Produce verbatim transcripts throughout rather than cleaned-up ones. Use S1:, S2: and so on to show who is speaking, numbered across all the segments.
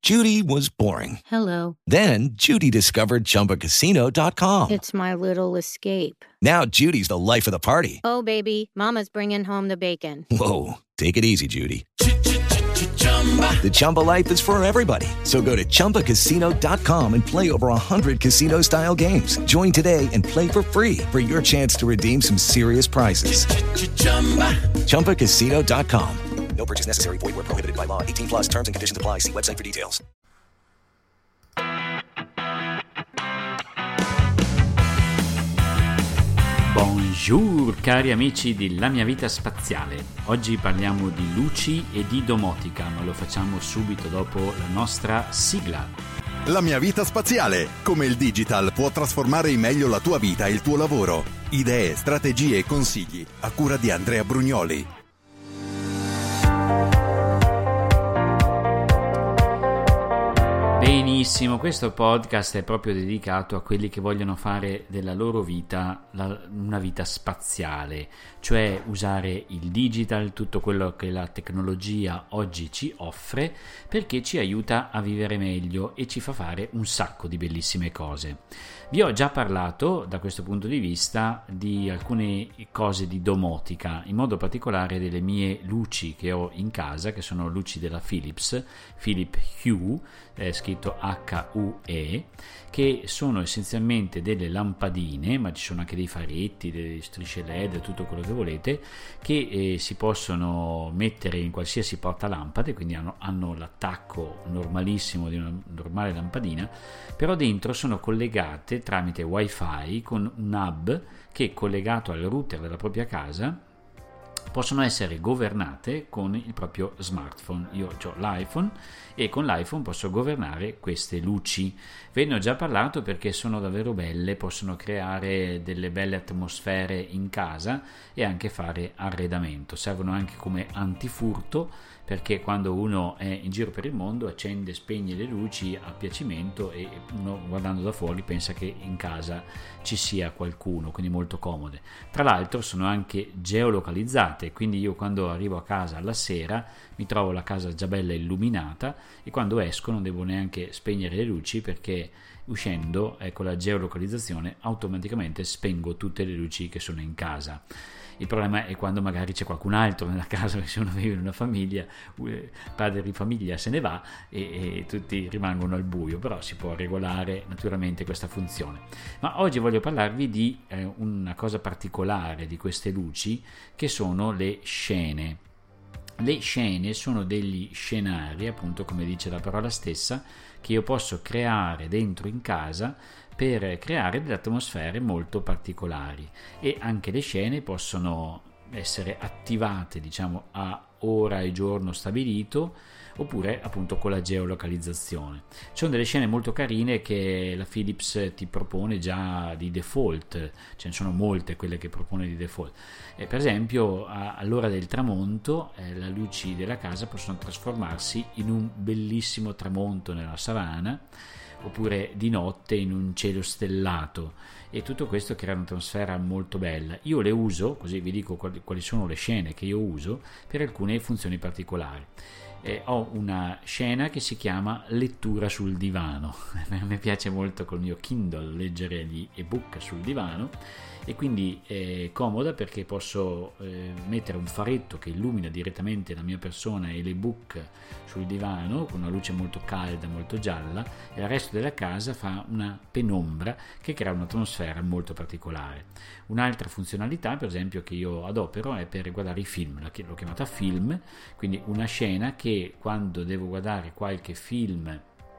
S1: Judy was boring.
S2: Hello.
S1: Then Judy discovered Chumba Casino dot com.
S2: It's my little escape.
S1: Now Judy's the life of the party.
S2: Oh, baby, mama's bringing home the bacon.
S1: Whoa, take it easy, Judy. The Chumba life is for everybody. So go to Chumba Casino dot com and play over one hundred casino-style games. Join today and play for free for your chance to redeem some serious prizes. Chumba Casino dot com. No purchase necessary. Void where prohibited by law. eighteen plus terms and conditions apply. See website for details.
S3: Bonjour cari amici di La mia vita spaziale. Oggi parliamo di luci e di domotica, ma lo facciamo subito dopo la nostra sigla.
S4: La mia vita spaziale. Come il digital può trasformare in meglio la tua vita e il tuo lavoro. Idee, strategie e consigli a cura di Andrea Brugnoli.
S3: Benissimo, questo podcast è proprio dedicato a quelli che vogliono fare della loro vita la, una vita spaziale, cioè usare il digital, tutto quello che la tecnologia oggi ci offre, perché ci aiuta a vivere meglio e ci fa fare un sacco di bellissime cose. Vi ho già parlato da questo punto di vista di alcune cose di domotica, in modo particolare delle mie luci che ho in casa, che sono luci della Philips, Philip Hue, è scritto H U E, che sono essenzialmente delle lampadine, ma ci sono anche dei faretti, delle strisce L E D, tutto quello che volete, che eh, si possono mettere in qualsiasi portalampade, quindi hanno, hanno l'attacco normalissimo di una normale lampadina, però dentro sono collegate tramite wifi con un hub che, collegato al router della propria casa, possono essere governate con il proprio smartphone. Io ho l'iPhone e con l'iPhone posso governare queste luci. Ve ne ho già parlato perché sono davvero belle, possono creare delle belle atmosfere in casa e anche fare arredamento. Servono anche come antifurto, perché quando uno è in giro per il mondo accende e spegne le luci a piacimento e uno, guardando da fuori, pensa che in casa ci sia qualcuno, quindi molto comode. Tra l'altro sono anche geolocalizzate, quindi io quando arrivo a casa alla sera mi trovo la casa già bella illuminata e quando esco non devo neanche spegnere le luci, perché uscendo, ecco, la geolocalizzazione automaticamente spengo tutte le luci che sono in casa. Il problema è quando magari c'è qualcun altro nella casa, perché se uno vive in una famiglia, padre di famiglia se ne va e, e tutti rimangono al buio, però si può regolare naturalmente questa funzione. Ma oggi voglio parlarvi di eh, una cosa particolare di queste luci, che sono le scene. Le scene sono degli scenari, appunto come dice la parola stessa, che io posso creare dentro in casa per creare delle atmosfere molto particolari, e anche le scene possono essere attivate, diciamo, a ora e giorno stabilito, oppure appunto con la geolocalizzazione. Ci sono delle scene molto carine che la Philips ti propone già di default, ce ne sono molte quelle che propone di default. E per esempio a, all'ora del tramonto eh, le luci della casa possono trasformarsi in un bellissimo tramonto nella savana, oppure di notte in un cielo stellato, e tutto questo crea un'atmosfera molto bella. Io le uso, così vi dico quali, quali sono le scene che io uso per alcune funzioni particolari. Eh, ho una scena che si chiama lettura sul divano. A me piace molto col mio Kindle leggere gli ebook sul divano, e quindi è comoda perché posso eh, mettere un faretto che illumina direttamente la mia persona e l'ebook sul divano con una luce molto calda, molto gialla, e il resto della casa fa una penombra che crea un'atmosfera molto particolare. Un'altra funzionalità, per esempio, che io adopero è per guardare i film. L'ho chiamata film, quindi una scena che quando devo guardare qualche film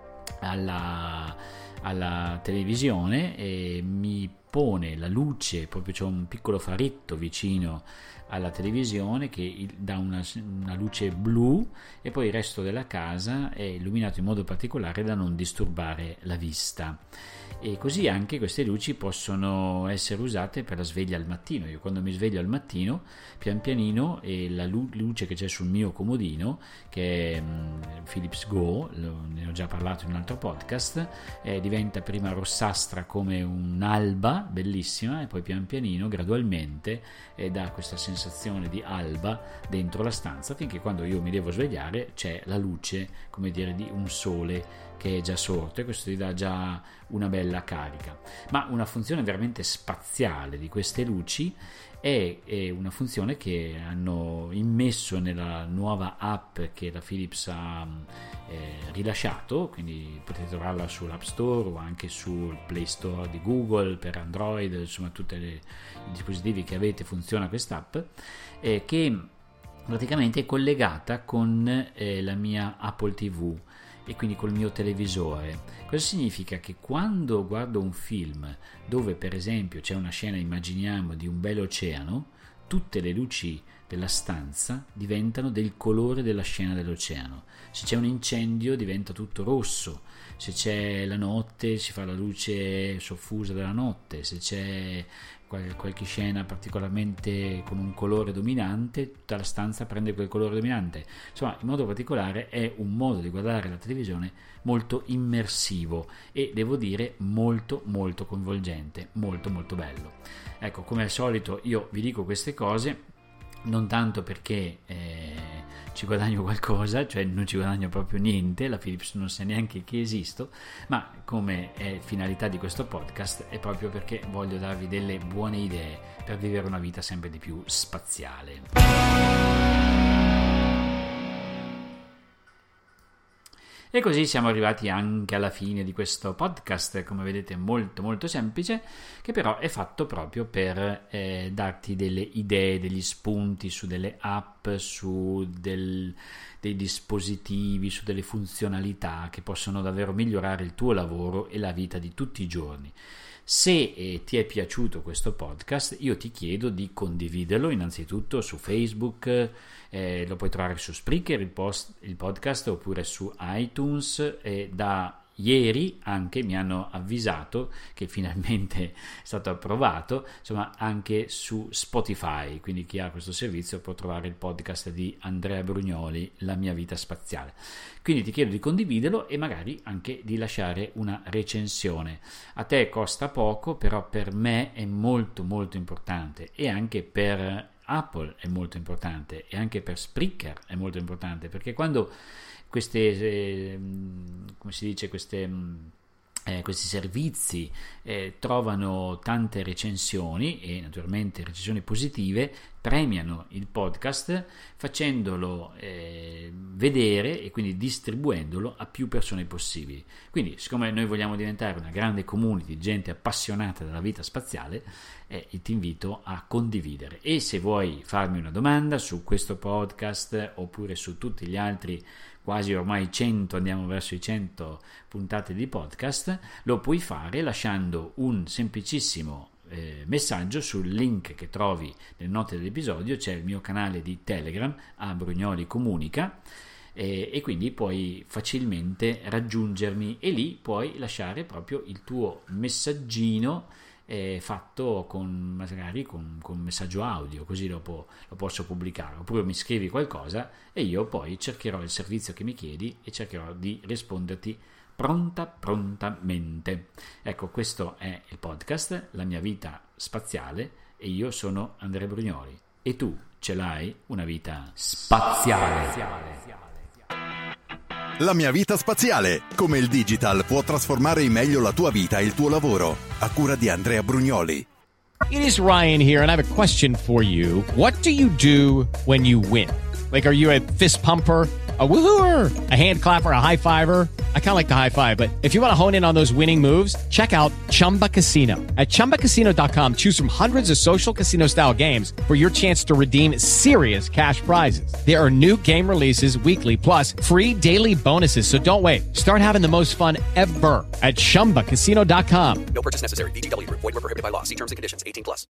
S3: alla, alla televisione eh, mi pone la luce, proprio c'è un piccolo faretto vicino alla televisione che dà una, una luce blu, e poi il resto della casa è illuminato in modo particolare da non disturbare la vista. E così anche queste luci possono essere usate per la sveglia al mattino. Io quando mi sveglio al mattino, pian pianino, e la lu- luce che c'è sul mio comodino, che è um, Philips Go, lo, ne ho già parlato in un altro podcast, eh, diventa prima rossastra come un'alba, bellissima, e poi pian pianino, gradualmente, eh, dà questa sensazione di alba dentro la stanza, finché quando io mi devo svegliare c'è la luce, come dire, di un sole che è già sorto, e questo ti dà già una bella carica. Ma una funzione veramente spaziale di queste luci è, è una funzione che hanno immesso nella nuova app che la Philips ha eh, rilasciato, quindi potete trovarla sull'App Store o anche sul Play Store di Google per Android, insomma tutti i dispositivi che avete funziona quest'app, eh, che praticamente è collegata con eh, la mia Apple tivù e quindi col mio televisore. Cosa significa? Che quando guardo un film dove per esempio c'è una scena, immaginiamo, di un bel oceano, tutte le luci della stanza diventano del colore della scena dell'oceano. Se c'è un incendio diventa tutto rosso, se c'è la notte si fa la luce soffusa della notte, se c'è qualche scena particolarmente con un colore dominante, tutta la stanza prende quel colore dominante. Insomma, in modo particolare è un modo di guardare la televisione molto immersivo e devo dire molto molto coinvolgente, molto molto bello. Ecco, come al solito io vi dico queste cose non tanto perché eh, ci guadagno qualcosa, cioè non ci guadagno proprio niente, la Philips non sa neanche che esisto, ma come è finalità di questo podcast è proprio perché voglio darvi delle buone idee per vivere una vita sempre di più spaziale. E così siamo arrivati anche alla fine di questo podcast, come vedete molto molto semplice, che però è fatto proprio per eh, darti delle idee, degli spunti su delle app, su del, dei dispositivi, su delle funzionalità che possono davvero migliorare il tuo lavoro e la vita di tutti i giorni. Se eh, ti è piaciuto questo podcast, io ti chiedo di condividerlo innanzitutto su Facebook, eh, lo puoi trovare su Spreaker il, post, il podcast, oppure su iTunes. E da ieri anche mi hanno avvisato che finalmente è stato approvato, insomma, anche su Spotify, quindi chi ha questo servizio può trovare il podcast di Andrea Brugnoli, La mia vita spaziale. Quindi ti chiedo di condividerlo e magari anche di lasciare una recensione. A te costa poco, però per me è molto molto importante, e anche per Apple è molto importante, e anche per Spreaker è molto importante, perché quando queste eh, come si dice queste eh, questi servizi eh, trovano tante recensioni, e naturalmente recensioni positive, premiano il podcast facendolo eh, vedere e quindi distribuendolo a più persone possibili. Quindi, siccome noi vogliamo diventare una grande community di gente appassionata della vita spaziale, eh, ti invito a condividere. E se vuoi farmi una domanda su questo podcast oppure su tutti gli altri quasi ormai cento, andiamo verso i cento puntate di podcast, lo puoi fare lasciando un semplicissimo eh, messaggio sul link che trovi nelle note dell'episodio. C'è il mio canale di Telegram, a Brugnoli Comunica, eh, e quindi puoi facilmente raggiungermi, e lì puoi lasciare proprio il tuo messaggino eh, fatto con magari con, con messaggio audio, così lo, può, lo posso pubblicare, oppure mi scrivi qualcosa e io poi cercherò il servizio che mi chiedi e cercherò di risponderti pronta prontamente. Ecco, questo è il podcast La mia vita spaziale, e io sono Andrea Brugnoli. E tu ce l'hai una vita spaziale?
S4: La mia vita spaziale, come il digital può trasformare in meglio la tua vita e il tuo lavoro, a cura di Andrea Brugnoli.
S5: It is Ryan here, and I have a question for you. What do you do when you win? Like, are you a fist pumper, a woohooer, a hand clapper, a high fiver? I kind of like the high five, but if you want to hone in on those winning moves, check out Chumba Casino. At chumba casino dot com, choose from hundreds of social casino style games for your chance to redeem serious cash prizes. There are new game releases weekly, plus free daily bonuses. So don't wait. Start having the most fun ever at chumba casino dot com.
S6: No purchase necessary. V G W Group. Void where prohibited by law. See terms and conditions. eighteen plus.